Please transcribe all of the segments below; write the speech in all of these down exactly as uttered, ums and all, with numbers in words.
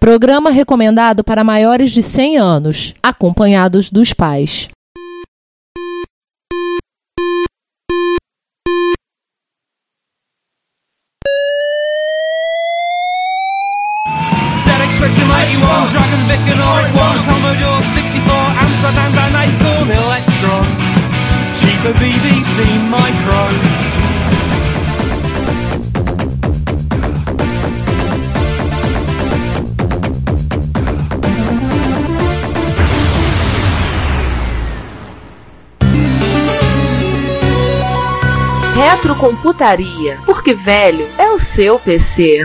Programa recomendado para maiores de cem anos, acompanhados dos pais. Spectrum eighty-one, Dragon Vic and R one, Commodore sixty-four, Amsterdam and Acorn Electron, cheaper B B C Micro. Retrocomputaria, porque velho é o seu P C.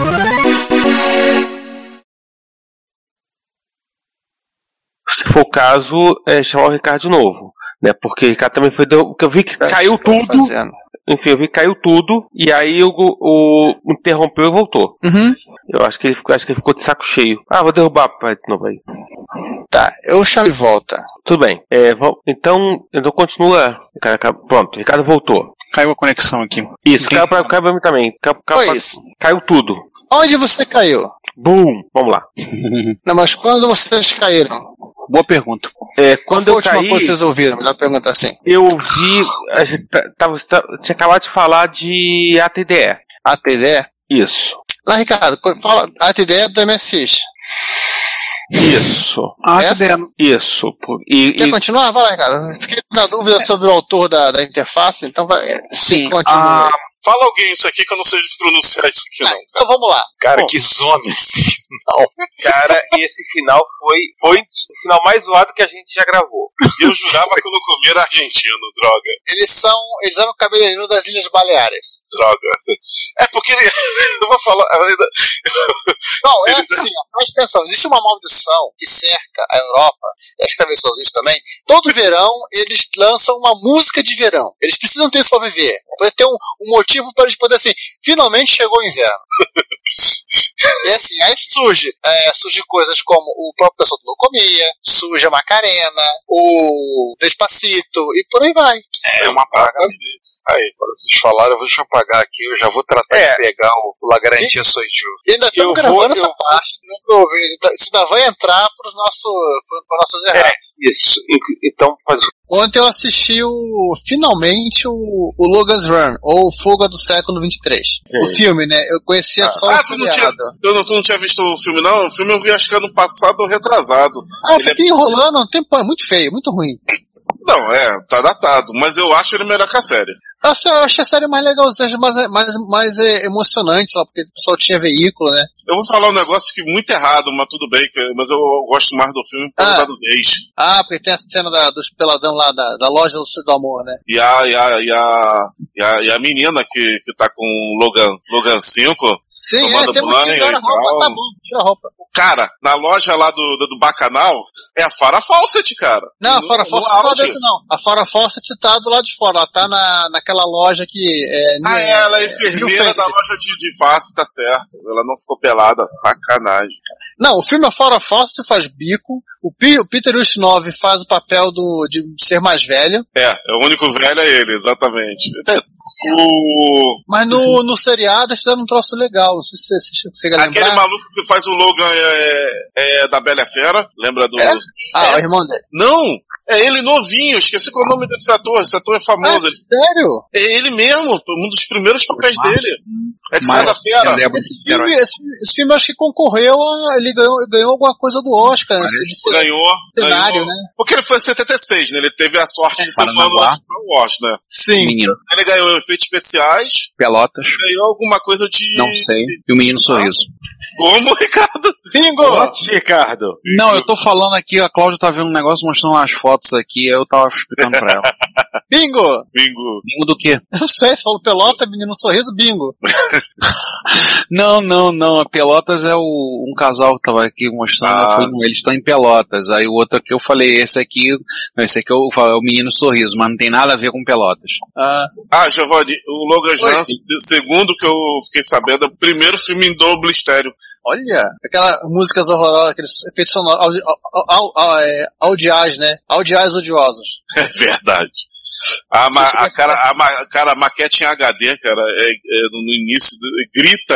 Se for o caso, é chamar o Ricardo de novo, né? Porque o Ricardo também foi... Do... Porque eu vi que é, caiu tudo. Fazendo. Enfim, eu vi que caiu tudo. E aí o, o interrompeu e voltou. Uhum. Eu acho que, ele, acho que ele ficou de saco cheio. Ah, vou derrubar pai de novo aí. Tá, eu chamo de volta. Tudo bem. É, então, então continua. Pronto, o Ricardo voltou. Caiu a conexão aqui. Isso, caiu pra, caiu pra mim também. Caiu, caiu, Foi pra, isso. Caiu tudo. Onde você caiu? Bum! Vamos lá. Não, mas quando vocês caíram? Boa pergunta. É, quando Qual foi eu a última caí, coisa que vocês ouviram? Melhor perguntar assim. Eu vi... A gente tava, tava, tinha acabado de falar de A T D E. A T D E? Isso. Lá, Ricardo, fala A T D E do M S X. Isso. Ah, Essa? Isso. E, Quer e... continuar? Vai lá, Ricardo. Fiquei na dúvida sobre o autor da, da interface, então vai. Sim, continua. Ah, fala alguém isso aqui que eu não sei pronunciar isso aqui, ah, não. Então vamos lá. Cara, Bom, que zona esse final. Cara, esse final foi, foi o final mais zoado que a gente já gravou. Eu jurava que o Locomia era argentino, droga. Eles são. Eles eram cabeleireiros das Ilhas Baleares. Droga. É porque ele. Eu vou falar. Não, é assim, ó, presta atenção. Existe uma maldição que cerca a Europa, e acho que talvez os Estados Unidos também. Todo verão eles lançam uma música de verão. Eles precisam ter isso pra viver. Pra ter um, um motivo para eles poderem assim, finalmente chegou o inverno. E assim, aí surge, é, surge coisas como o próprio pessoal do Locomia, surge a Macarena, o Despacito e por aí vai. É uma praga. Aí, quando vocês falaram, eu vou deixa eu apagar aqui, eu já vou tratar é. de pegar o La Garantia Soy Eu. E ainda estamos gravando vou, essa eu... parte, não ouvir. Isso ainda vai entrar para os nossos, para nossas erradas. É, isso. Então, faz... Ontem eu assisti o, finalmente o, o Logan's Run, ou Fuga do Século vinte e três. É. O filme, né? Eu conhecia ah. só ah, o seriado. Tu não, tu não tinha visto o filme, não? O filme eu vi acho que ano passado ou retrasado. Ah, eu fiquei é... enrolando um tempo, é muito feio, muito ruim. Não, é, tá datado, mas eu acho ele melhor que a série. Eu achei a série mais legalzinha, mais, mais, mais é, emocionante, lá, porque o pessoal tinha veículo, né? Eu vou falar um negócio que muito errado, mas tudo bem, mas eu gosto mais do filme por causa ah. da nudez. Ah, porque tem a cena da, dos peladão lá da, da loja do, do amor, né? E a, e a, e a, e a, e a menina que, que tá com o Logan, Logan cinco. Sim, é, tem que tirar a roupa, tá bom, tira a roupa. Cara, na loja lá do, do, do Bacanal, é a Farrah Fawcett, cara. Não, a Farrah Fawcett não tá dentro, não. A Farrah Fawcett tá do lado de fora, ela tá na, naquela loja que é... Ah, é, ela é enfermeira da loja de, de face, tá certo. Ela não ficou pelada, sacanagem. Não, o filme A Farrah Fawcett faz bico, o, P, o Peter Ustinov faz o papel do, de ser mais velho. É, é o único velho é ele, exatamente. O... Mas no, no seriado eles fizeram um troço legal, não sei se você consegue lembrar. Aquele maluco que faz o Logan é, é da Bela e a Fera, lembra do... É? Ah, é. o irmão dele. Não! É ele novinho, esqueci qual é o nome desse ator, esse ator é famoso. Ah, sério? É ele mesmo, um dos primeiros papéis dele. É de Bela Fera. Esse filme, esse, esse filme acho que concorreu a, ele ganhou, ganhou alguma coisa do Oscar, né? Ganhou, cenário, ganhou. Né? Porque ele foi em setenta e seis, né? Ele teve a sorte de ser um ano antes do Oscar, né? Sim. Menino. Ele ganhou efeitos especiais. Pelotas. Ganhou alguma coisa de... Não sei. E o Menino Sorriso. Como, Ricardo? Bingo! Ótimo, Ricardo. Não, eu tô falando aqui, a Cláudia tá vendo um negócio, mostrando umas fotos aqui, eu tava explicando pra ela. Bingo! Bingo. Bingo do quê? Eu não sei, você falou pelota, menino sorriso, bingo. Não, não, não, a Pelotas é o, um casal que tava aqui mostrando, ah. falei, não, eles estão em Pelotas, aí o outro aqui eu falei, esse aqui, esse aqui eu falei, é o Menino Sorriso, mas não tem nada a ver com Pelotas. Ah, ah Giovanni, o Logan Jansen, segundo que eu fiquei sabendo, é o primeiro filme em doble estéreo. Olha, aquelas músicas horrorosas, aqueles efeitos sonoros, audi, é, audiais, né? Audiais odiosos. É verdade. A, ma, a, cara, a, ma, cara, a maquete em H D, cara, é, é, no início, grita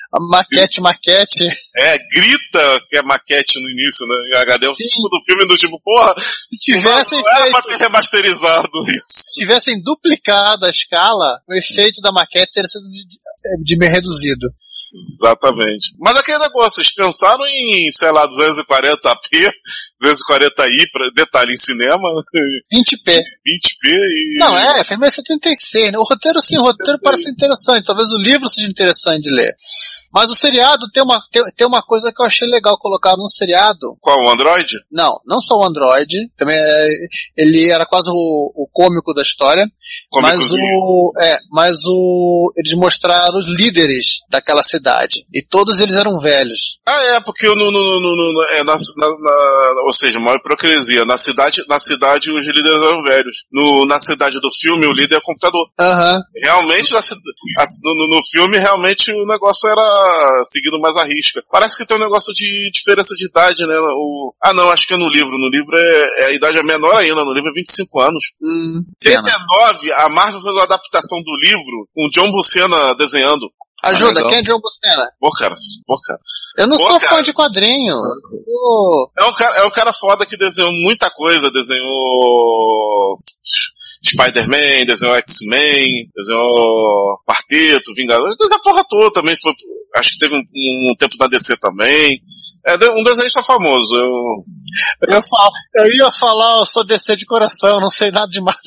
A maquete, maquete. É, grita que é maquete no início, né? Em H D é o tipo do filme do tipo, porra, se tivessem não era feito, pra ter remasterizado isso. Se tivessem duplicado a escala, o efeito da maquete teria sido de, de meio reduzido. Exatamente. Mas aquele negócio, eles pensaram em, sei lá, duzentos e quarenta p, duzentos e quarenta i, pra, detalhe, em cinema. vinte p. vinte p e... Não, é, filme é setenta e seis, né? O roteiro, sim, o roteiro parece interessante. Talvez o livro seja interessante de ler. Mas o seriado tem uma, tem, tem uma coisa que eu achei legal colocar num seriado. Qual, o Android? Não, não só o Android. Também é, ele era quase o, o cômico da história. Mas o, é, mas o, eles mostraram os líderes daquela cidade. E todos eles eram velhos. Ah, é, porque no, no, no, no, no, é, na, na, na, ou seja, uma hipocrisia. Na cidade, na cidade os líderes eram velhos. No, na cidade do filme, o líder é computador. Uhum. Realmente, na, no, no filme, realmente o negócio era seguindo mais a risca. Parece que tem um negócio de diferença de idade, né? O, ah, não, acho que é no livro. No livro é, é a idade é menor ainda. No livro é vinte e cinco anos. Hum, em trinta e nove, a Marvel fez uma adaptação do livro com o John Buscema desenhando. Ajuda, ah, quem é John Buscema? Pô, cara, pô, cara. Eu não pô, sou cara. fã de quadrinho. Oh. É um cara, é um cara foda que desenhou muita coisa. Desenhou Spider-Man, desenhou X-Men, desenhou Quarteto, Vingador, desenhou a porra toda também. Foi, acho que teve um, um tempo na D C também. É um desenhista famoso. Eu, eu, falo, eu ia falar, eu sou D C de coração, não sei nada demais.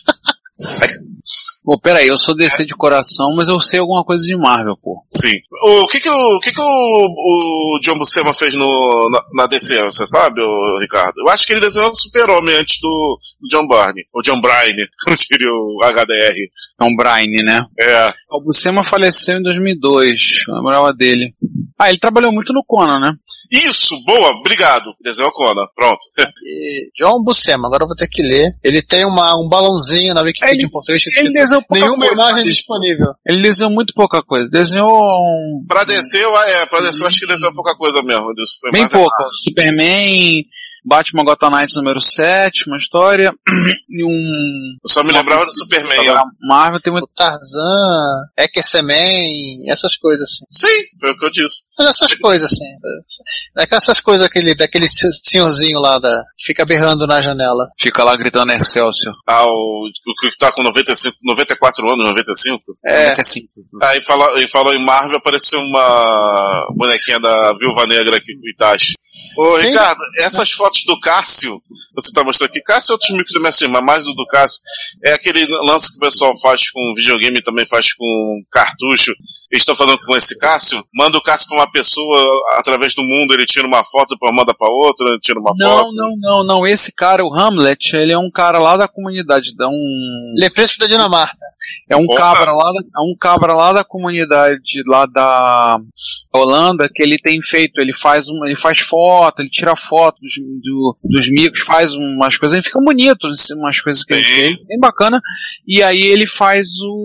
Pô, peraí, eu sou D C de coração, mas eu sei alguma coisa de Marvel, pô. Sim. O que que o, que que o, o John Buscema fez no, na, na D C, você sabe, o Ricardo? Eu acho que ele desenhou o Super-Homem antes do, do John Byrne, ou John Byrne, como diria o H D R. John Byrne, né? É. O Buscema faleceu em dois mil e dois, eu lembrava dele. Ah, ele trabalhou muito no Conan, né? Isso, boa, obrigado. Desenhou Conan, pronto. E John Buscema, agora eu vou ter que ler. Ele tem uma, um balãozinho na Wikipedia ele, em português. Ele desenhou pouca nenhuma coisa, imagem disponível. Ele desenhou muito pouca coisa. Desenhou um... Pra D C, é, pra D C eu acho que desenhou pouca coisa mesmo. Foi bem pouca. Superman... Batman Gotham Knights número sete, uma história, e um... Eu só me lembrava do Superman. Eu... Marvel tem muito... O Tarzan, X-Men, essas coisas assim. Sim, foi o que eu disse. Mas essas coisas assim. Essas coisas daquele, daquele senhorzinho lá da, que fica berrando na janela. Fica lá gritando Excelsior. Ah, o, o que tá com noventa e cinco, noventa e quatro anos, noventa e cinco? É. noventa e cinco. Aí ah, falou, e falou em Marvel, apareceu uma bonequinha da Viúva Negra aqui com o Itachi. Ô, Sim. Ricardo, essas fotos do Cássio, você tá mostrando aqui, Cássio e outros micros do M S M, mas mais do do Cássio, é aquele lance que o pessoal faz com videogame e também faz com cartucho. Eles estão falando com esse Cássio, manda o Cássio pra uma pessoa através do mundo, ele tira uma foto, depois manda pra outra, ele tira uma não, foto. Não, não, não, não, esse cara, o Hamlet, ele é um cara lá da comunidade, é um... Ele é príncipe da Dinamarca. É um cabra lá da, é um cabra lá da comunidade, lá da Holanda, que ele tem feito, ele faz um, ele faz foto, ele tira foto dos, do, dos micos, faz umas coisas, ele fica bonito, umas coisas que Sim. ele fez, bem bacana, e aí ele faz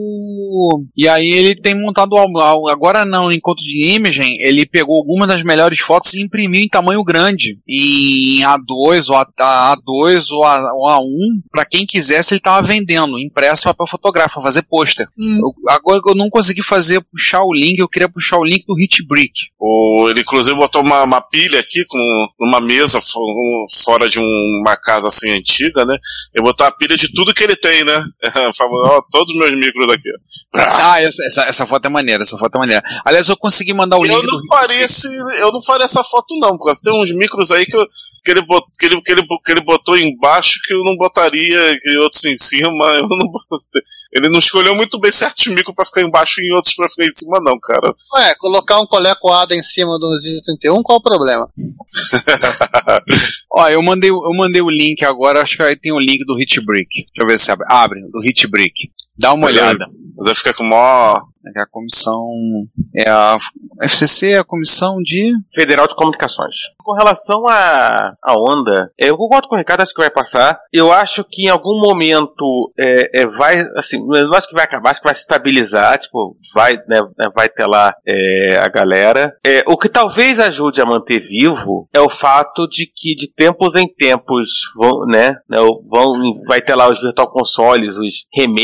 o, e aí ele tem montado, agora não, no encontro de Imogen, ele pegou algumas das melhores fotos e imprimiu em tamanho grande, em A dois, ou A dois, ou A um, pra quem quisesse ele tava vendendo, impresso papel fotográfico, fazer pôster. Hum. Eu, agora eu não consegui fazer, puxar o link, eu queria puxar o link do Hit Brick. O, ele inclusive botou uma, uma pilha aqui, com uma mesa fora de um, uma casa assim antiga, né? Ele botou a pilha de tudo que ele tem, né? Ó, todos os meus micros aqui. Ah, essa, essa, essa foto é maneira, essa foto é maneira. Aliás, eu consegui mandar o link. Eu não do faria esse, eu não faria essa foto não, porque tem uns micros aí que, eu, que, ele, bot, que, ele, que, ele, que ele botou embaixo que eu não botaria, que outros em cima, eu não botei. Ele não escolheu muito bem certos micros pra ficar embaixo e outros pra ficar em cima não, cara. Ué, colocar um colecoada em cima do Z trinta e um, qual o problema? Ó, eu mandei, eu mandei o link agora, acho que aí tem o link do Hit Brick. Deixa eu ver se abre. Abre, do Hit Brick. Dá uma Mas olhada. Mas vai ficar com o maior... É a comissão... É a F C C, a comissão de... Federal de Comunicações. Com relação à a onda, eu concordo com o Ricardo, acho que vai passar. Eu acho que em algum momento é, é, vai, assim, não acho que vai acabar, acho que vai se estabilizar, tipo, vai, né, vai ter lá é, a galera. É, o que talvez ajude a manter vivo é o fato de que de tempos em tempos vão, né, né vão, vai ter lá os virtual consoles, os remakes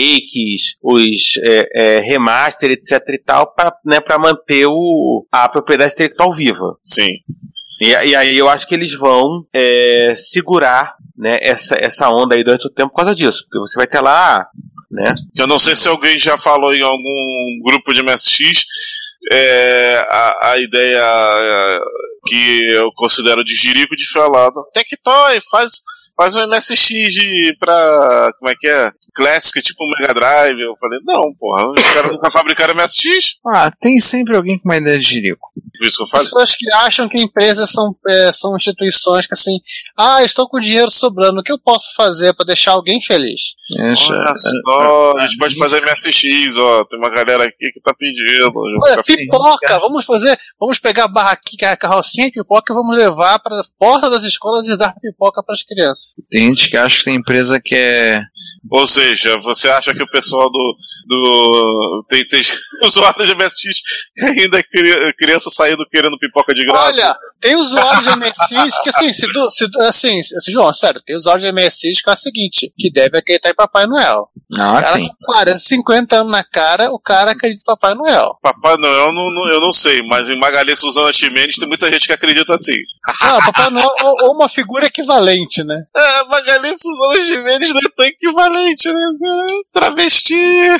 os é, é, remaster, etc e tal, para, né, para manter o, a propriedade intelectual viva. Sim. E, e aí eu acho que eles vão é, segurar, né, essa, essa onda aí durante o tempo por causa disso. Porque você vai ter lá, né? Eu não sei se alguém já falou em algum grupo de M S X é, a, a ideia é, que eu considero de jirico de falar, Tectoy, faz, faz um M S X de, pra, como é que é? Classic, tipo Mega Drive. Eu falei, não, porra, os caras nunca fabricaram M S X. Ah, tem sempre alguém com uma ideia de jirico. Por isso que eu falei. Pessoas que acham que empresas são, é, são instituições que assim, ah, estou com dinheiro sobrando, o que eu posso fazer para deixar alguém feliz? Olha só, a gente pode fazer M S X, ó, tem uma galera aqui que tá pedindo. Olha, pipoca, vamos fazer, vamos pegar a barraquinha, a carrocinha de pipoca e vamos levar para a porta das escolas e dar pipoca para as crianças. Tem gente que acha que tem empresa que é... Ou seja, você acha que o pessoal do... do tem, tem usuários de M S X que ainda é criança saindo querendo pipoca de graça? Olha, tem usuários de M S X que assim, se, do, se assim, se, João, sério, tem usuários de M S X que é o seguinte, que deve acreditar em Papai Noel. Ah, o cara tem. Com quarenta, cinquenta anos na cara, o cara acredita em Papai Noel. Papai Noel não, não, eu não sei, mas em Magalhães Suzana Chimenez tem muita gente que acredita assim. Ah, Papai Noel ou, ou uma figura equivalente, né? É, Magalhães Suzana Chimenez não é tão equivalente, né? Travesti.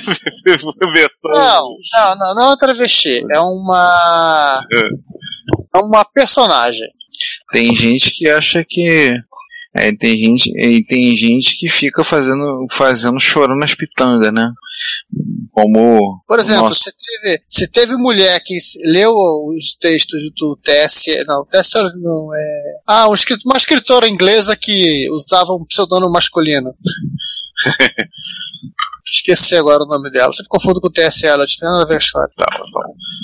Não, não, não, não é uma travesti, é uma... É uma personagem. Tem gente que acha que... É, tem gente, e tem gente que fica fazendo, fazendo chorando nas pitangas, né? Como... Por exemplo, nossa. se teve, se teve mulher que leu os textos do T S... Não, T S não é... Ah, um escritor, uma escritora inglesa que usava um pseudônimo masculino. Esqueci agora o nome dela. Sempre confundo com o T S L, não tem nada a ver com a história. Tá, tá.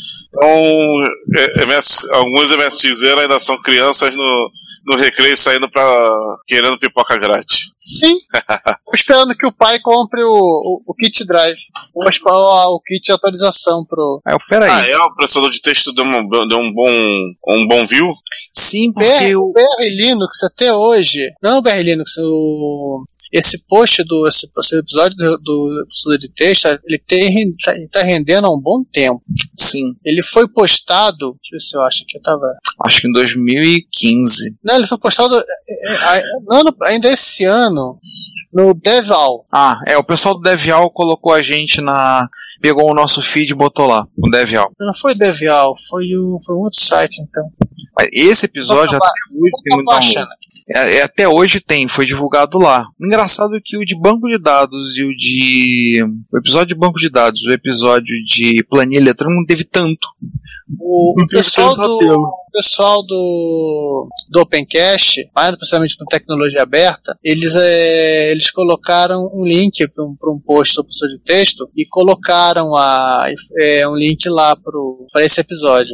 Então, M S, alguns M S X ainda são crianças no, no recreio saindo pra... querendo pipoca grátis. Sim. Esperando que o pai compre o, o, o kit drive. O, o kit de atualização pro... Ah, peraí. Ah, é? O processador de texto deu um, deu um bom um bom view? Sim, porque... B R, o o B R Linux até hoje... Não o B R Linux, o... Esse post do esse, esse episódio do, do processador de texto, ele tem, tá, tá rendendo há um bom tempo. Sim. Ele foi postado... Deixa eu ver se eu acho que eu tava... Acho que em dois mil e quinze. Não, ele foi postado é, é, ano, ainda esse ano no Deval. Ah, é, o pessoal do Devial colocou a gente na... Pegou o nosso feed e botou lá, o Devial. Não foi o Devial, foi, o, foi um outro site, então. Esse episódio até hoje tem muito download. É, até hoje tem, foi divulgado lá. Engraçado que o de banco de dados e o de... O episódio de banco de dados, o episódio de planilha eletrônica não teve tanto. O, o pessoal do... O pessoal do, do OpenCast, mais precisamente com tecnologia aberta, eles, é, eles colocaram um link para um, um post sobre professor de texto e colocaram a, é, um link lá para esse episódio.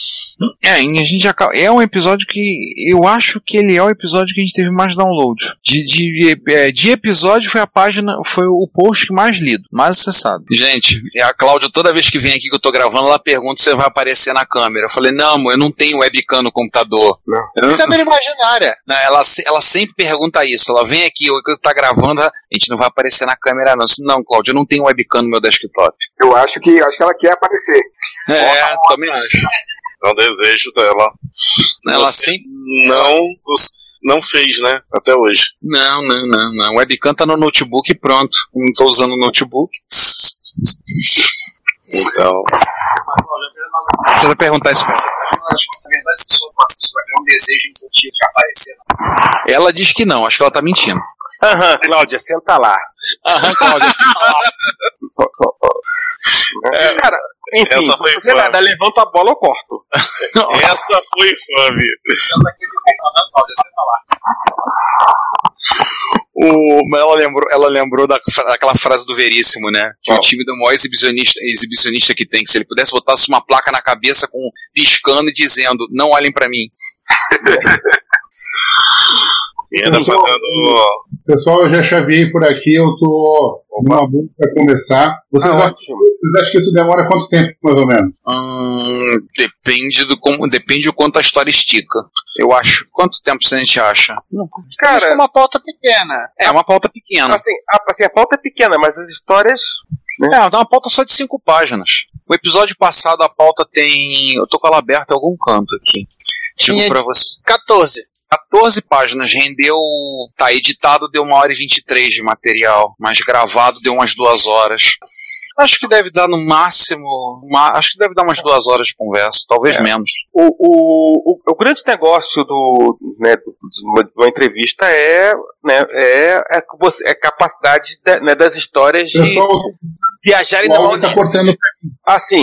É, e a gente acaba, é um episódio que eu acho que ele é o episódio que a gente teve mais download. De, de, de episódio foi a página, foi o post mais lido, mais acessado. Gente, a Cláudia, toda vez que vem aqui que eu tô gravando, ela pergunta se você vai aparecer na câmera. Eu falei, não, amor, eu não tenho webcam no computador. Não. Câmera imaginária. Não, ela, ela sempre pergunta isso. Ela vem aqui, o que você tá gravando, a gente não vai aparecer na câmera, não. Não, Cláudia, eu não tenho webcam no meu desktop. Eu acho que, acho que ela quer aparecer. É, também acho. É um desejo dela. Ela sempre... Não, não fez, né? Até hoje. Não, não, não, não. O webcam tá no notebook e pronto. Não tô usando o notebook. Então... Você vai perguntar isso pra ela. Acho que, na verdade, se for é um desejo incentivo de aparecer. Ela diz que não, acho que ela tá mentindo. Aham, Cláudia, senta lá. Aham, Cláudia, senta lá. É, cara, enfim, essa foi se você nada, levanta a bola, eu corto. Essa foi infame. Cláudia, senta lá. O, ela lembrou, ela lembrou da, daquela frase do Veríssimo, né? Que oh. o time do maior exibicionista, exibicionista que tem, que se ele pudesse botasse uma placa na cabeça com piscando e dizendo, não olhem pra mim. E ainda fazendo Pessoal, eu já chaveei por aqui, eu tô numa boa para começar. Vocês, ah, acham, vocês acham que isso demora quanto tempo, mais ou menos? Hum, depende do como, depende do quanto a história estica. Eu acho. Quanto tempo a gente acha? Não, cara, é uma pauta pequena. É, uma pauta pequena. Assim a, assim, a pauta é pequena, mas as histórias... Né? É, dá uma pauta só de cinco páginas. O episódio passado, a pauta tem... Eu tô com ela aberta em algum canto aqui. Digo pra você. quatorze. quatorze páginas, rendeu... Tá, editado deu uma hora e vinte e três de material, mas gravado deu umas duas horas. Acho que deve dar no máximo... Uma, acho que deve dar umas duas horas de conversa, talvez é. menos. O, o, o, o grande negócio do, né, do, de, uma, de uma entrevista é, né, é, é, é a capacidade de, né, das histórias de Pessoal, viajarem na mão. Tá cortando. Assim,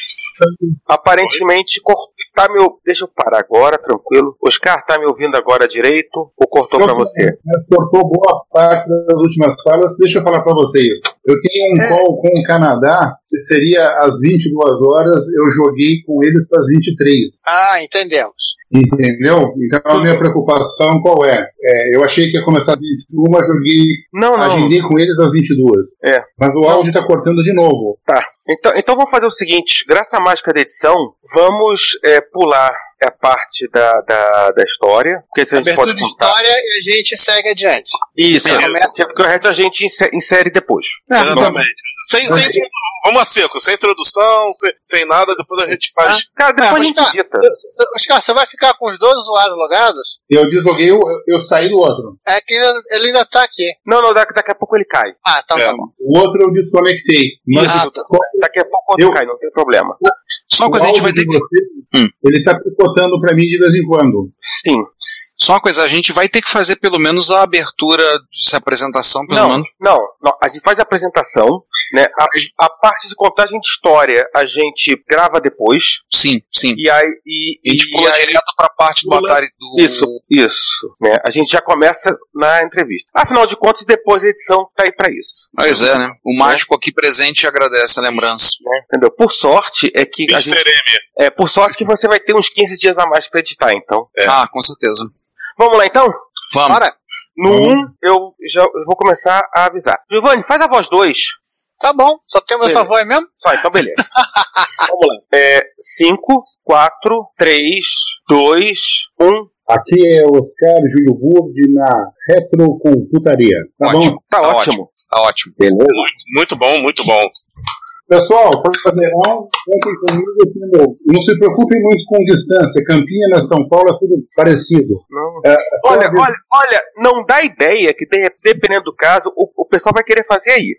aparentemente tá me, deixa eu parar agora, tranquilo. Oscar, tá me ouvindo agora direito ou cortou para você? Cortou boa parte das últimas falas. Deixa eu falar para vocês. Eu tenho um é. call com o Canadá, que seria às vinte e duas horas, eu joguei com eles para as vinte e três. Ah, entendemos. Entendeu? Então a minha preocupação qual é? é eu achei que ia começar às vinte e uma, joguei, não, não. agendei com eles às vinte e duas. É. Mas o áudio está cortando de novo. Tá. Então, então vamos fazer o seguinte, graças à mágica da edição, vamos é, pular a parte da, da, da história. Porque se a gente pode contar. História e a gente segue adiante. Isso, é, porque o resto a gente insere depois. É, exatamente. Sem, sem, vamos a seco, sem introdução, sem, sem nada, depois a gente faz. Ah, cara, depois ah, Oscar, Oscar, você vai ficar com os dois usuários logados? Eu desloguei, eu, eu saí do outro. É que ele, ele ainda tá aqui. Não, não, daqui, daqui a pouco ele cai. Ah, tá, é. tá bom. O outro eu desconectei. Mas ah, tá. Daqui a pouco o outro eu, cai, não tem problema. Só uma coisa a gente vai ter que... Hum. Ele tá picotando pra mim de vez em quando. Sim. Só uma coisa, a gente vai ter que fazer pelo menos a abertura dessa apresentação, pelo não, menos. Não, não, a gente faz a apresentação, né? A, a parte de contagem de história a gente grava depois. Sim, sim. E aí... E, a gente e pula aí, direto pra parte do Atari do... Isso, isso. Né? A gente já começa na entrevista. Afinal de contas, depois a edição tá aí pra isso. Pois é, né? O mágico aqui presente agradece a lembrança. É, entendeu? Por sorte é que... A gente, é, por sorte que você vai ter uns quinze dias a mais pra editar, então. É. Ah, com certeza. Vamos lá, então? Vamos. Bora. No um, um, eu já eu vou começar a avisar. Giovanni, faz a voz dois. Tá bom, só temos beleza. Essa voz mesmo? Só, então beleza. Vamos lá. É cinco, quatro, três, dois, um. Aqui é Oscar Júlio Burd na Retrocomputaria. Tá ótimo. bom? Tá, tá ótimo. ótimo. Tá ótimo. Beleza. Muito, muito bom, muito bom. Pessoal, por fazer mal, contem comigo. Não se preocupem muito com distância. Campinas, São Paulo é tudo parecido. Não. É, olha, olha, olha, não dá ideia que, dependendo do caso, o, o pessoal vai querer fazer aí.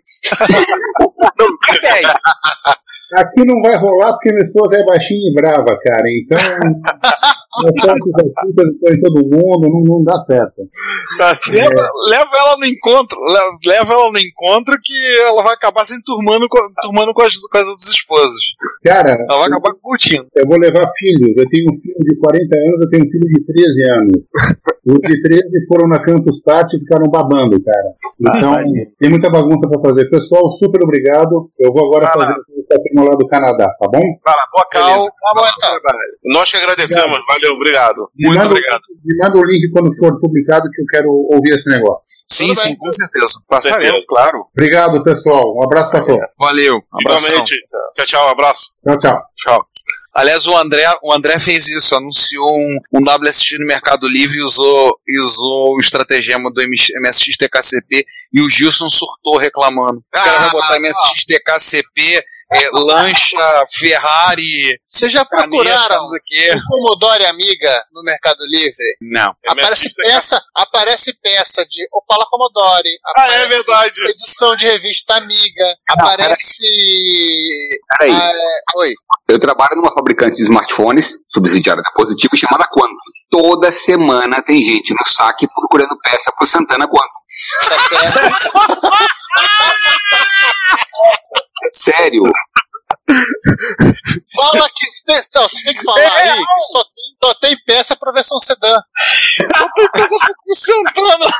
Não dá ideia. Aqui não vai rolar porque minha esposa é baixinha e brava, cara. Então, eu faço as em todo mundo, não, não dá certo. Tá, é. leva, leva ela no encontro, leva, leva ela no encontro que ela vai acabar se enturmando com, turmando com, as, com as outras esposas. Cara, ela vai acabar curtindo. Eu vou levar filhos. Eu tenho um filho de quarenta anos, eu tenho um filho de treze anos. Os de treze foram na Campus Party e ficaram babando, cara. Então, ah, tem muita bagunça pra fazer. Pessoal, super obrigado. Eu vou agora vai fazer o que lá do Canadá, tá bom? Vai lá, boa calma. Tá Nós que agradecemos, obrigado. Valeu, obrigado. Muito manda, obrigado. Me manda o link quando for publicado que eu quero ouvir esse negócio. Sim, Tudo sim, bem. Com certeza. Passaremos, claro. Obrigado, pessoal. Um abraço pra todos. Valeu. Um Igualmente. Tchau, tchau. Um abraço. Tchau, tchau. Tchau. Aliás, o André, o André fez isso, anunciou um, um W S X no Mercado Livre e usou, usou o estratagema do M S X T K C P e o Gilson surtou reclamando. O cara ah, vai botar M S X T K C P, é, lancha, Ferrari... Vocês já procuraram o Commodore Amiga no Mercado Livre? Não. Aparece peça, aparece peça de Opala Commodore. Ah, é verdade. Edição de revista Amiga. Não, aparece... Peraí. Ah, oi. Eu trabalho numa fabricante de smartphones, subsidiária da Positivo, chamada Quantum. Toda semana tem gente no saque procurando peça pro Santana Quantum. Tá certo? Sério? Fala que não, vocês têm que falar é, aí que só tem, só tem peça pra versão sedã. Só tem peça pro Santana.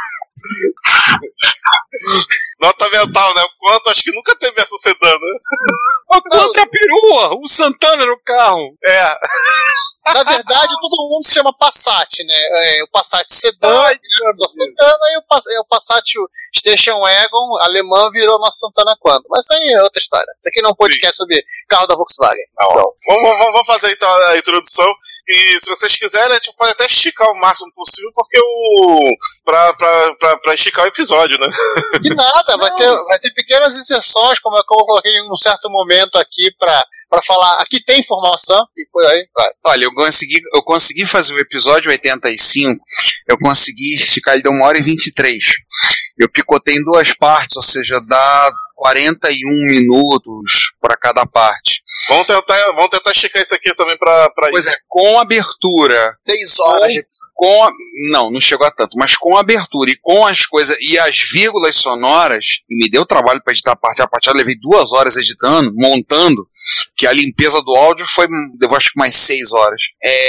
Nota mental, né? O Quanto acho que nunca teve essa sedã, né? O Quanto é a perua, o Santana era o carro. É. Na verdade, todo mundo se chama Passat, né? É, o Passat Sedan, Ai, a Santana, e o, Pass- é, o Passat Station Wagon alemão virou nossa Santana quando? Mas isso aí é outra história. Isso aqui não é um podcast sobre carro da Volkswagen. Não. Então, vamos, vamos, vamos fazer então a introdução. E se vocês quiserem, a gente pode até esticar o máximo possível, porque o. Pra, pra, pra, pra esticar o episódio, né? E nada, vai ter, vai ter pequenas inserções, como é que eu coloquei em um certo momento aqui pra, pra falar. Aqui tem informação, e por aí vai. Olha, eu consegui, eu consegui fazer o episódio oitenta e cinco, eu consegui esticar, ele deu uma hora e vinte e três. Eu picotei em duas partes, ou seja, dá quarenta e um minutos para cada parte. Vamos tentar, vamos tentar esticar isso aqui também pra, pra Pois isso. é, com abertura. Seis horas de Com a, não, não chegou a tanto, mas com a abertura e com as coisas e as vírgulas sonoras, e me deu trabalho para editar a parte a parte, eu levei duas horas editando, montando, que a limpeza do áudio foi, eu acho que mais seis horas.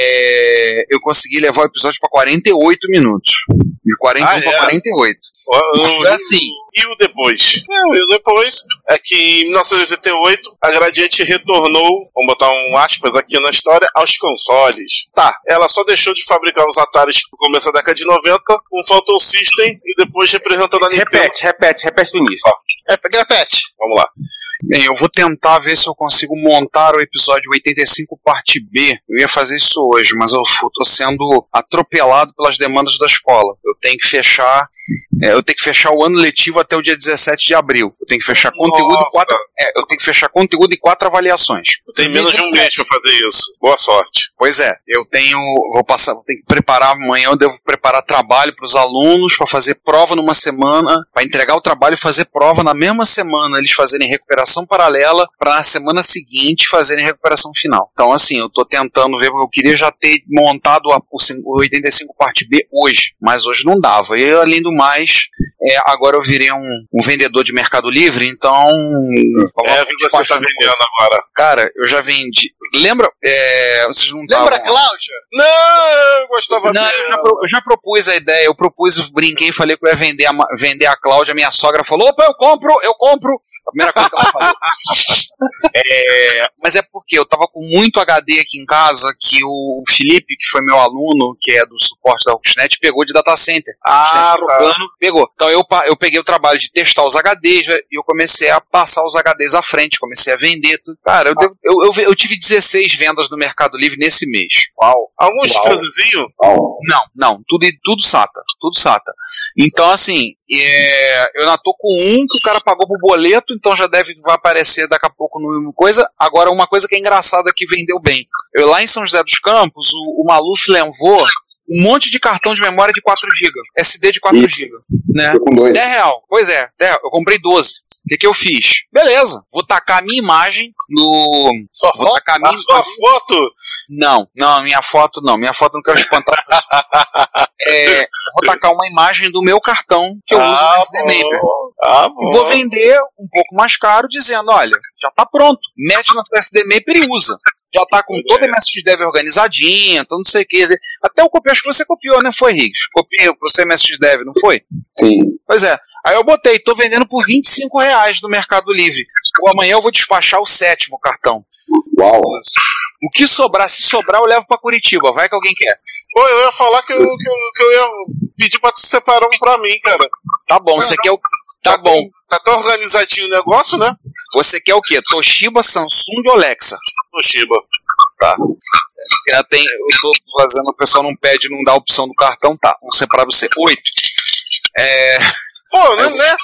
É, eu consegui levar o episódio para quarenta e oito minutos. De quarenta e um Ah, para é? quarenta e oito. O- o- Foi assim. E o depois? É, e o depois é que em mil novecentos e oitenta e oito a Gradiente retornou, vamos botar um aspas aqui na história, aos consoles. Tá, ela só deixou de fabricar os Ataris no começo da década de noventa, com o Phantom System e depois representando a Nintendo. Repete, repete, repete do início. É, repete. Vamos lá. Bem, eu vou tentar ver se eu consigo montar o episódio oitenta e cinco parte B. Eu ia fazer isso hoje, mas eu f- tô sendo atropelado pelas demandas da escola. Eu tenho que fechar, é, eu tenho que fechar o ano letivo até o dia dezessete de abril. Eu tenho que fechar conteúdo Nossa, e quatro, é, eu tenho que fechar conteúdo e quatro avaliações. Tem menos de um mês pra fazer isso. Boa sorte. Pois é, eu tenho, vou passar, vou ter que preparar amanhã, eu devo preparar trabalho para os alunos, para fazer prova numa semana, para entregar o trabalho e fazer prova na mesma semana, eles fazerem recuperação paralela, para na semana seguinte fazerem recuperação final. Então assim, eu tô tentando ver, porque eu queria já ter montado a, o, cin- o oitenta e cinco parte B hoje, mas hoje não dava. E além do mais, é, agora eu virei um, um vendedor de Mercado Livre, então... É o que você tá vendendo agora. Cara, eu já vendi. Lembra? É, vocês não Lembra a tavam- Cláudia? Não, eu gostava Não, dela. eu já, pro- eu já propus a ideia, eu propus, eu brinquei e falei que eu ia vender a, ma- vender a Cláudia, minha sogra falou, opa, eu compro, eu compro. A primeira coisa que ela falou. É, mas é porque eu tava com muito H D aqui em casa, que o Felipe, que foi meu aluno, que é do suporte da Ruxnet, pegou de data center. Ah, Ruxnet trocando, pegou. Então eu, pa- eu peguei o trabalho de testar os H Ds e eu comecei a passar os H Ds à frente, comecei a vender tudo. Cara, eu, devo- eu, eu, ve- eu tive dezesseis vendas no Mercado Livre nesse mês. Uau. Algum Uau. chifrezinho? Não, não, tudo, tudo SATA, tudo SATA. Então, assim, é, eu ainda tô com um que o cara pagou pro boleto, então já deve vai aparecer daqui a pouco no coisa. Agora, uma coisa que é engraçada que vendeu bem. Eu lá em São José dos Campos, o, o Maluf levou um monte de cartão de memória de quatro gigas, S D de quatro gigas, né? com dois. dez real. Pois é, dez real. Eu comprei doze. O que, que eu fiz? Beleza, vou tacar a minha imagem no. Sua vou foto? tacar a minha A sua foto? Não, não, minha foto não. Minha foto não quero espantar as pessoas. É, vou tacar uma imagem do meu cartão que eu uso Ah, no S D Maker. bom. Ah, bom. E vou vender um pouco mais caro, dizendo, olha, já tá pronto. Mete no S D Maker e usa. Já tá com toda a M S X Dev organizadinha, então não sei o que. Até o copiar, acho que você copiou, né? Foi, Riggs? Copiei você M S X Dev, não foi? Sim. Pois é. Aí eu botei, tô vendendo por vinte e cinco reais no Mercado Livre. Ou amanhã eu vou despachar o sétimo cartão. Uau. O que sobrar, se sobrar, eu levo pra Curitiba. Vai que alguém quer. Pô, eu ia falar que eu, que eu, que eu ia pedir pra tu separar um pra mim, cara. Tá bom, você quer o... Tá bom. Tá tão organizadinho o negócio, né? Você quer o quê? Toshiba, Samsung ou Alexa? Toshiba. Tá. Já tem, eu tô fazendo, o pessoal não pede, não dá a opção do cartão, tá. Vamos separar você. Oito. É... Pô, não, né?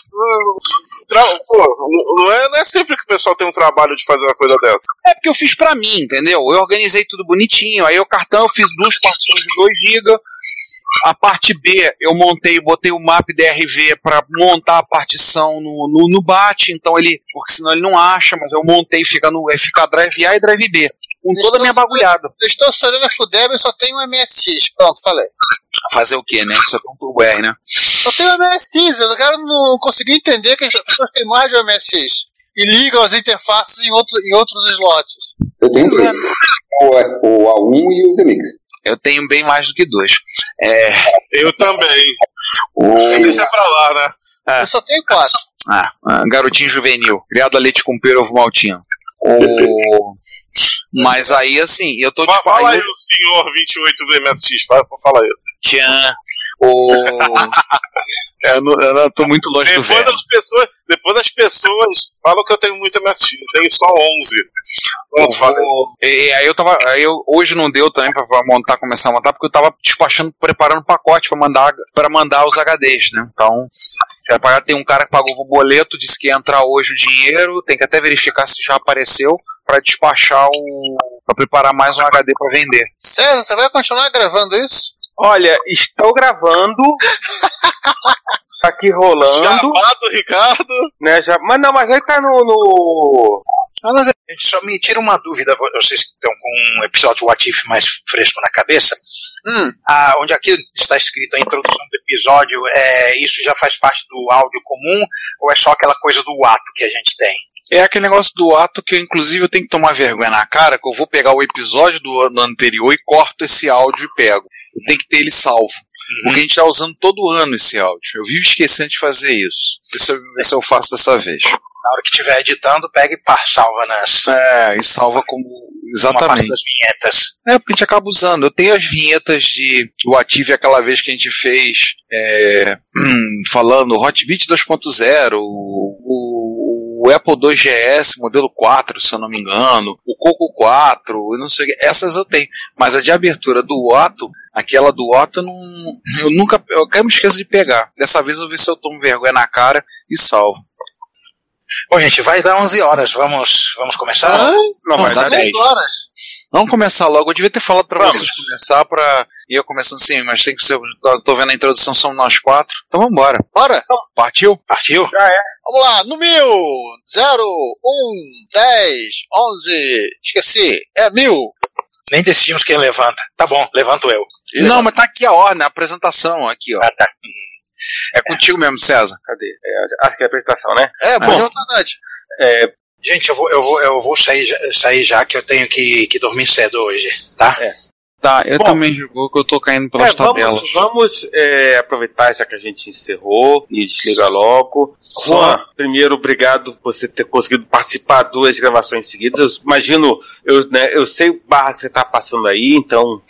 Tra- Pô, não é, não é sempre que o pessoal tem um trabalho de fazer uma coisa dessa. É porque eu fiz pra mim, entendeu? Eu organizei tudo bonitinho. Aí o cartão eu fiz duas partições de dois gigas. A parte B eu montei, botei o map D R V para montar a partição no, no, no B A T, então ele, porque senão ele não acha, mas eu montei, fica, no, fica Drive A e Drive B, com toda a minha bagulhada. Eu estou Sorena Fudeb e só tenho um M S X. Pronto, falei. Fazer o quê, né? Isso é com Turbo R, né? Só tenho um M S X, eu cara não consegui entender que as pessoas têm mais de um M S X e ligam as interfaces em outros, em outros slots. Eu tenho dois. O, o A um e o Zemix. Eu tenho bem mais do que dois. É... Eu também. O... Deixa pra lá, né? É. Eu só tenho quatro. Ah, ah, garotinho juvenil, criado a leite com pera ovo maltinho. O... Mas aí, assim, eu tô Fala, te fala falando... aí o senhor vinte e oito do M S X, fala, fala aí. Tchan. O... eu, não, eu não tô muito longe depois do verbo. das pessoas Depois as pessoas falam que eu tenho muito M S X, eu tenho só onze. Pronto, eu vou... e, aí eu tava. Aí eu, hoje não deu também pra, pra montar, começar a montar, porque eu tava despachando, preparando pacote pra mandar, pra mandar os H Ds, né? Então, já pagar, tem um cara que pagou o boleto, disse que ia entrar hoje o dinheiro, tem que até verificar se já apareceu, pra despachar o. Pra preparar mais um H D pra vender. César, você vai continuar gravando isso? Olha, estou gravando. Tá aqui rolando. Chamado, Ricardo. Né, já, mas não, mas aí tá no. no... Ah, mas, gente, só me tira uma dúvida, vocês que estão com um episódio What If mais fresco na cabeça. Hum. Ah, onde aqui está escrito a introdução do episódio, é, isso já faz parte do áudio comum, ou é só aquela coisa do ato que a gente tem? É aquele negócio do ato que, eu, inclusive, eu tenho que tomar vergonha na cara, que eu vou pegar o episódio do ano anterior e corto esse áudio e pego. Tem que ter ele salvo. Uhum. Porque a gente está usando todo ano esse áudio. Eu vivo esquecendo de fazer isso. Vê se eu, vê se eu faço dessa vez. Na hora que estiver editando, pega e pá, salva nas... É, e salva como... Exatamente. Uma parte das vinhetas. É, porque a gente acaba usando. Eu tenho as vinhetas de o Ative aquela vez que a gente fez é, falando Hotbit dois ponto zero, o, o Apple dois G S modelo quatro, se eu não me engano, o Coco quatro, eu não sei, essas eu tenho. Mas a de abertura do Otto, aquela do Otto, eu, não, eu nunca, eu até me esqueço de pegar. Dessa vez eu vou ver se eu tomo vergonha na cara e salvo. Bom, gente, vai dar onze horas. Vamos, vamos começar? Ah, não, não, vai dar dez horas. Vamos começar logo. Eu devia ter falado pra vocês começar pra ir eu começando assim, mas tem que ser. Tô vendo a introdução, somos nós quatro. Então vamos embora. Bora? Partiu? Partiu? Já é. Vamos lá, no mil, zero, um, dez, onze, esqueci, é mil. Nem decidimos quem levanta. Tá bom, levanto eu. Isso. Não, mas tá aqui a ordem, a apresentação aqui, ó. Ah, tá. É contigo mesmo, César. Cadê? É, acho que é a apresentação, né? É, boa vontade. É, gente, eu vou, eu vou, eu vou sair, sair já que eu tenho que, que dormir cedo hoje, tá? É. Tá, eu Bom, também vou que eu tô caindo pelas é, vamos, tabelas. Vamos é, aproveitar já que a gente encerrou e desliga logo. Juan, primeiro, obrigado por você ter conseguido participar de duas gravações seguidas. Eu imagino, eu, né, eu sei o barra que você tá passando aí, então...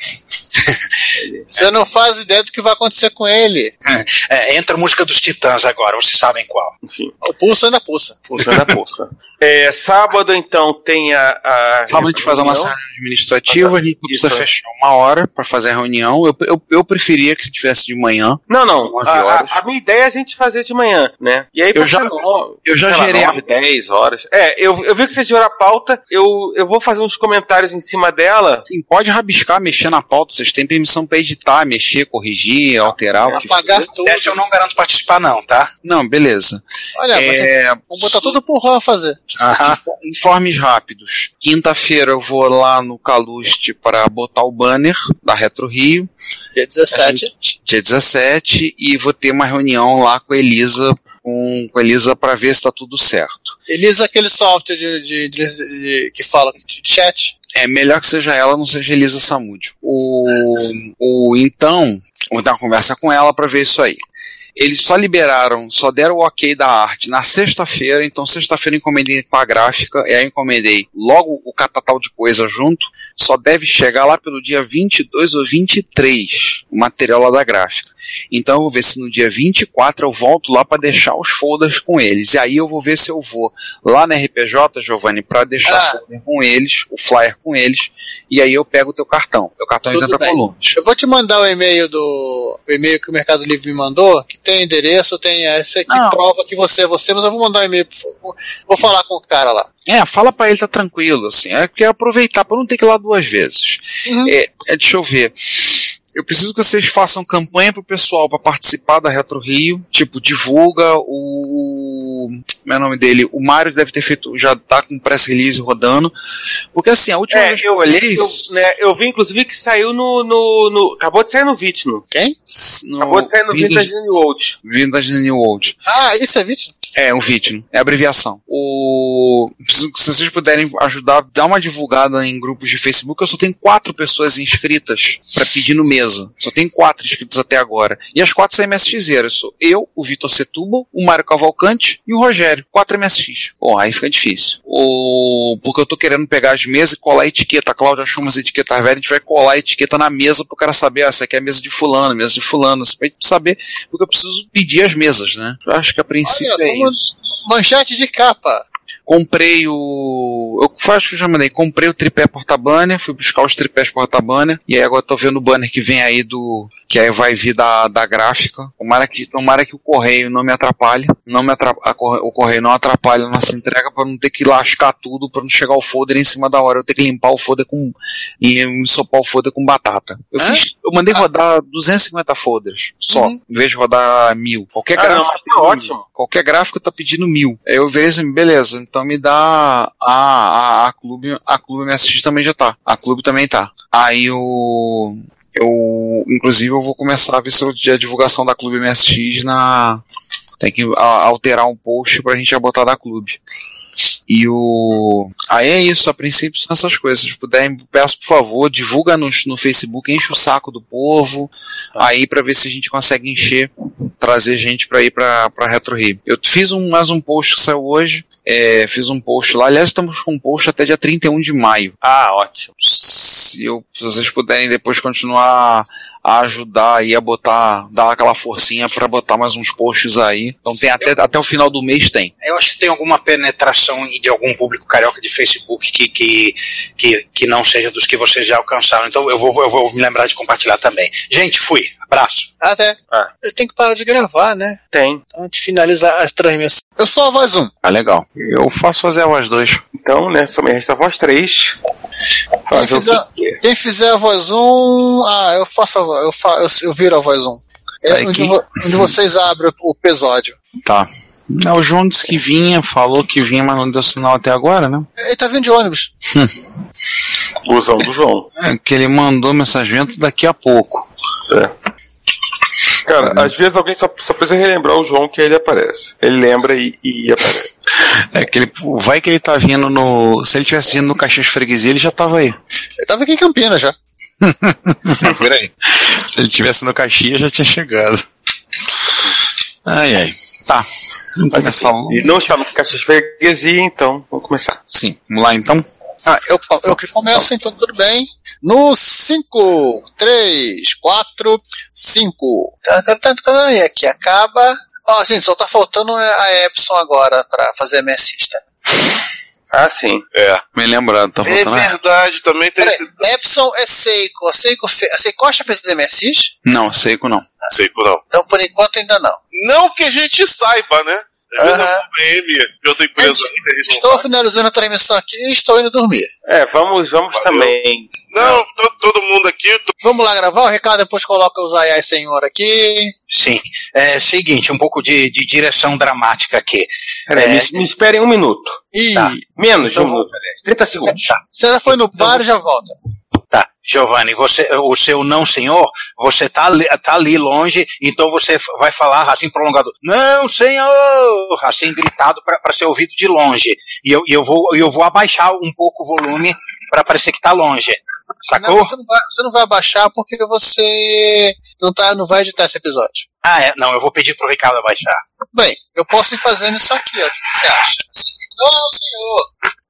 Você não faz ideia do que vai acontecer com ele. É, entra a música dos Titãs agora, vocês sabem qual. Enfim. O pulso ainda pulsa. Pulso ainda pulsa. É, sábado, então, tem a... a sábado a gente faz a nossa administrativa, a gente precisa fechar uma hora para fazer a reunião. Eu, eu, eu preferia que se tivesse de manhã. Não, não. A, a, a minha ideia é a gente fazer de manhã, né? E aí, eu já, nove, eu já gerei nove, dez horas. É, eu, eu vi que você gerou a pauta, eu, eu vou fazer uns comentários em cima dela. Sim, pode rabiscar, mexer na pauta, vocês têm permissão para editar, mexer, corrigir, alterar. É, apagar tudo. Dessa eu não garanto participar não, tá? Não, beleza. Olha, é... vamos botar tudo pro Juan fazer. Aham. Informes rápidos. Quinta-feira eu vou lá no Caluste para botar o banner da Retro Rio. Dia dezessete. Gente, dia dezessete, e vou ter uma reunião lá com a Elisa, com, com a Elisa para ver se tá tudo certo. Elisa é aquele software de, de, de, de, que fala de chat? É melhor que seja ela, não seja Elisa Samúdio. O, o, então, vou dar uma conversa com ela para ver isso aí. Eles só liberaram, só deram o ok da arte na sexta-feira, então sexta-feira eu encomendei com a gráfica, e aí eu encomendei logo o catatal de coisa junto, só deve chegar lá pelo dia vinte e dois ou vinte e três, o material lá da gráfica. Então eu vou ver se no dia vinte e quatro eu volto lá para deixar os folders com eles, e aí eu vou ver se eu vou lá na R P J, Giovanni, para deixar ah. o folder com eles, o flyer com eles, e aí eu pego o teu cartão, o cartão de oitenta colunas. Eu vou te mandar o e-mail do o e-mail que o Mercado Livre me mandou, que tem endereço, tem esse aqui, não. Prova que você é você, mas eu vou mandar um e-mail, vou falar com o cara lá. É, fala pra ele, tá tranquilo, assim, eu quero aproveitar pra não ter que ir lá duas vezes. Uhum. É, é, deixa eu ver. Eu preciso que vocês façam campanha pro pessoal para participar da Retro Rio. Tipo, divulga o... Como é o nome dele? O Mário deve ter feito... Já tá com press release rodando. Porque assim, a última é, vez que eu olhei... Eu, né, eu vi, inclusive, que saiu no... no, no acabou de sair no Vitno. Quem? No, acabou de sair no Vintage New Old. Vintage New Old. Ah, isso é Vitno? É, o Vitno. É a abreviação. O... Se vocês puderem ajudar, dá uma divulgada em grupos de Facebook. Eu só tenho quatro pessoas inscritas pra pedir no mesa. Só tenho quatro inscritos até agora. E as quatro são M S X-eiras. Sou eu, o Vitor Setúbal, o Mário Cavalcante e o Rogério. Quatro M S X. Bom, aí fica difícil. O... Porque eu tô querendo pegar as mesas e colar a etiqueta. A Cláudia achou umas etiquetas velhas. A gente vai colar a etiqueta na mesa pro cara saber, ah, essa aqui é a mesa de fulano, mesa de fulano. Pra gente saber, porque eu preciso pedir as mesas, né? Eu acho que a princípio Olha, é isso. Manchete de capa. Comprei o... Eu acho que eu já mandei. Comprei o tripé porta-banner, fui buscar os tripés porta-banner, e aí agora tô vendo o banner que vem aí do... Que aí vai vir da, da gráfica. Tomara que, tomara que o correio não me atrapalhe. Não me atrapalhe, o correio não atrapalhe a nossa entrega pra não ter que lascar tudo, pra não chegar o folder em cima da hora. Eu ter que limpar o folder com... E ensopar o folder com batata. Eu, fiz, eu mandei rodar duzentos e cinquenta folders só, uhum. Em vez de rodar mil. Qualquer ah, gráfico não, tá ótimo. Qualquer gráfico tá pedindo mil. Aí eu vejo assim, beleza, então me dá a, a, a Clube, a Clube M S X também já tá. A Clube também tá. Aí o... Eu, inclusive, eu vou começar a ver se a divulgação da Clube M S X na... Tem que a, alterar um post pra gente já botar da Clube. E o... Aí é isso, a princípio são essas coisas. Se puderem, peço por favor, divulga no, no Facebook, enche o saco do povo, ah. Aí pra ver se a gente consegue encher, trazer gente pra ir pra, pra Retro Rio. Eu fiz um, mais um post que saiu hoje, é, fiz um post lá, aliás estamos com um post até dia trinta e um de maio. Ah, ótimo. Se, eu, se vocês puderem depois continuar a ajudar aí a botar, dar aquela forcinha pra botar mais uns posts aí. Então tem até, eu, até o final do mês tem. Eu acho que tem alguma penetração de algum público carioca de Facebook que, que, que, que não seja dos que vocês já alcançaram. Então eu vou, eu vou me lembrar de compartilhar também. Gente, fui. Abraço. Até. Ah. Eu tenho que parar de gravar, né? Tem. Então, antes de finalizar as transmissões. Eu sou a voz um. Ah, legal. Eu faço fazer a voz dois. Então, né, só me resta a voz três. Quem fizer, quem fizer a voz um, ah, eu faço a, eu, fa, eu, eu viro a voz um. É onde, vo, onde vocês abrem o episódio. Tá. Não, o João disse que vinha, falou que vinha, mas não deu sinal até agora, né? Ele tá vindo de ônibus. Busão do João. É que ele mandou mensagem daqui a pouco. É. Cara, é. Às vezes alguém só, só precisa relembrar o João que ele aparece. Ele lembra e, e aparece. É que ele, vai que ele tá vindo no... Se ele tivesse vindo no Caxias Freguesia, ele já tava aí. Ele tava aqui em Campinas já. Peraí. Se ele tivesse no Caxias, já tinha chegado. Ai, ai. Tá. Vamos começar. Assim, e não está no Caxias Freguesia, então vamos começar. Sim. Vamos lá, então? Ah, eu, eu que começo, então tudo bem. No cinco, três, quatro, cinco. E aqui acaba. Ó, gente, só tá faltando a Epson agora pra fazer M S X, tá? Ah, sim. É. Bem lembrado, tá faltando. É verdade, também tem. Peraí, Epson é Seiko. A Seiko, fe... a Seiko já fez M S X? Não, Seiko não. Ah, Seiko não. Então, por enquanto, ainda não. Não que a gente saiba, né? Às vezes a B M de outra empresa ainda, a gente Estou não finalizando a transmissão aqui e estou indo dormir. É, vamos, vamos também. Não, todo, todo mundo aqui. Tô... Vamos lá gravar? O Ricardo depois coloca os ai ai senhor aqui. Sim. É seguinte, um pouco de, de direção dramática aqui. Peraí, é... me, me esperem um minuto. Ih, tá. Menos de então, um minuto, trinta segundos. Tá. Se ela foi no bar, já volta. Tá, Giovanni, você, o seu não senhor, você tá ali, tá ali longe, então você vai falar assim prolongado, não senhor, assim gritado para ser ouvido de longe. E eu, eu, vou, eu vou abaixar um pouco o volume para parecer que tá longe. Sacou? Não, você não vai, você não vai abaixar porque você não, tá, não vai editar esse episódio. Ah, é? Não, eu vou pedir pro Ricardo abaixar. Bem, eu posso ir fazendo isso aqui, ó. O que você acha? Assim, não, senhor.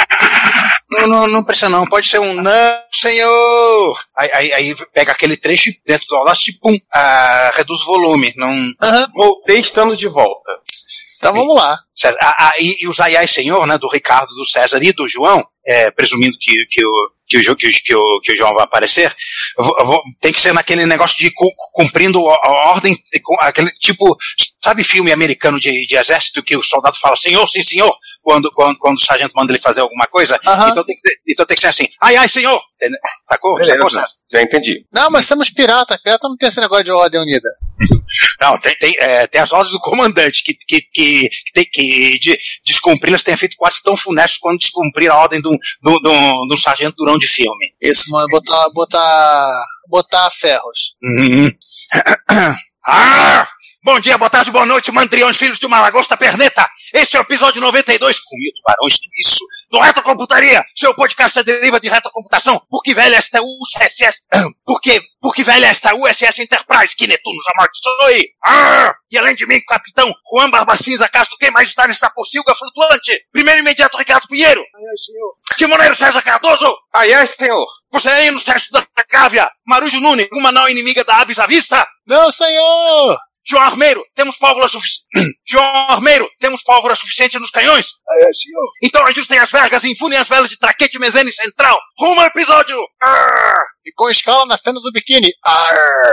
Não, não, não precisa não, pode ser um não, senhor. Aí, aí, aí pega aquele trecho dentro do Audacity, pum, ah, reduz o volume. Não... Uhum. Voltei, estamos de volta. Então vamos lá. Ah, ah, e, e os ai ai senhor, né, do Ricardo, do César e do João, é, presumindo que, que, o, que, o, que, o, que, o, que o João vai aparecer, eu vou, eu vou, tem que ser naquele negócio de cu, cumprindo a, a ordem, aquele tipo, sabe filme americano de, de exército que o soldado fala, senhor, sim senhor, quando, quando, quando o sargento manda ele fazer alguma coisa? Uhum. Então, tem que, então tem que ser assim, ai ai senhor, sacou? Beleza, sacou, César? Já entendi. Não, mas somos piratas, pirata não tem esse negócio de ordem unida. Não, tem, tem, é, tem as ordens do comandante que, que, que, que tem que de, descumpri-las tem feito quase tão funestos quanto descumprir a ordem de um, de um, de um sargento durão de filme. Isso, mano, botar, botar, botar ferros. Uhum. Ah! Bom dia, boa tarde, boa noite, mandriões, filhos de uma lagosta perneta. Este é o episódio noventa e dois, comigo, tubarões, tudo isso, do Retrocomputaria, seu podcast da deriva de retrocomputação. Por que velha esta U S S... Por que, por que velha esta U S S Enterprise que Netuno nos amaldiçoe? Ah! E além de mim, capitão Juan Barbacinza Castro, quem mais está nessa pocilga flutuante? Primeiro imediato, Ricardo Pinheiro. Ai, ai, senhor. Timoneiro César Cardoso. Ai, ai, senhor. Você aí no teste da Gávea. Marujo Nunes, uma não inimiga da Abis à vista? Não, senhor. João Armeiro, temos pólvora suficiente. João Armeiro, temos pólvora suficiente nos canhões? É, senhor. Então ajustem as vergas e infunem as velas de traquete mesene central. Rumo ao episódio! Arr! E com escala na fenda do biquíni. Arr!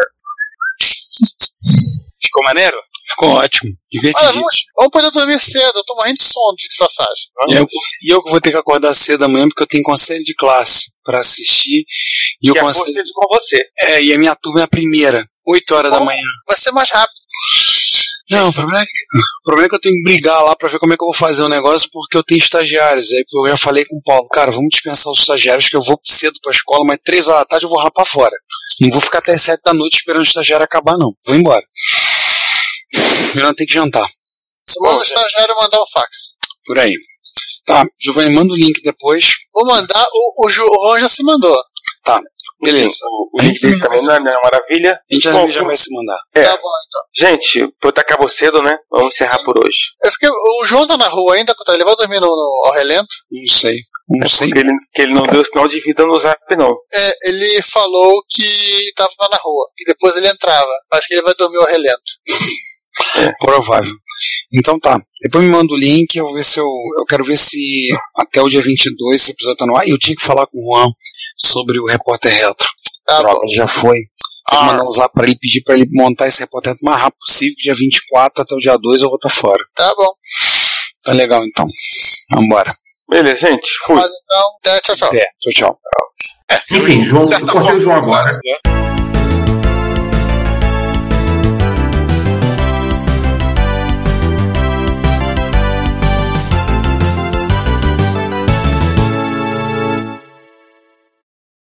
Ficou maneiro? Ficou ótimo. Divertidíssimo. Vamos, vamos poder dormir cedo. Eu tô morrendo de sono, de passagem. E eu, e eu que vou ter que acordar cedo amanhã porque eu tenho conselho de classe pra assistir. E que eu é conselho... com você. É, e a minha turma é a primeira. oito horas Bom, da manhã. Vai ser mais rápido. Não, o problema, é que, o problema é que eu tenho que brigar lá pra ver como é que eu vou fazer o negócio, porque eu tenho estagiários. Aí eu já falei com o Paulo, cara, vamos dispensar os estagiários, que eu vou cedo pra escola, mas três horas da tarde eu vou rapar fora. Não vou ficar até sete da noite esperando o estagiário acabar, não. Vou embora. Eu não tenho que jantar. Você manda o estagiário mandar um fax. Por aí. Tá, Giovanni, manda o link depois. Vou mandar, o, o, o Ron já se mandou. Tá. Beleza. O, o link dele também não é, não é maravilha. A gente já, bom, já vai se mandar. É. Tá bom, então. Gente, eu acabou cedo, né? Vamos encerrar por hoje. Eu fiquei, o João tá na rua ainda? Ele vai dormir no, no, ao relento? Não sei. Não é sei. Porque ele, que ele não deu sinal de vida no zap, não. É, ele falou que tava na rua. E depois ele entrava. Acho que ele vai dormir ao relento. É. Provável. Então tá. Depois me manda o link. Eu vou ver se eu. Eu quero ver se até o dia vinte e dois esse episódio tá no ar. E eu tinha que falar com o Juan sobre o Repórter Retro. Tá Droga, bom. já foi. Tem que mandar um zap pra ele, pedir pra ele montar esse Repórter Retro o mais rápido possível. Dia vinte e quatro até o dia dois eu vou estar fora. Tá bom. Tá legal então. Vambora. Beleza, gente. Fui. Mas então, até, tchau, tchau. Até. Tchau, tchau. É, Enfim, João, eu cortei o João agora. Né?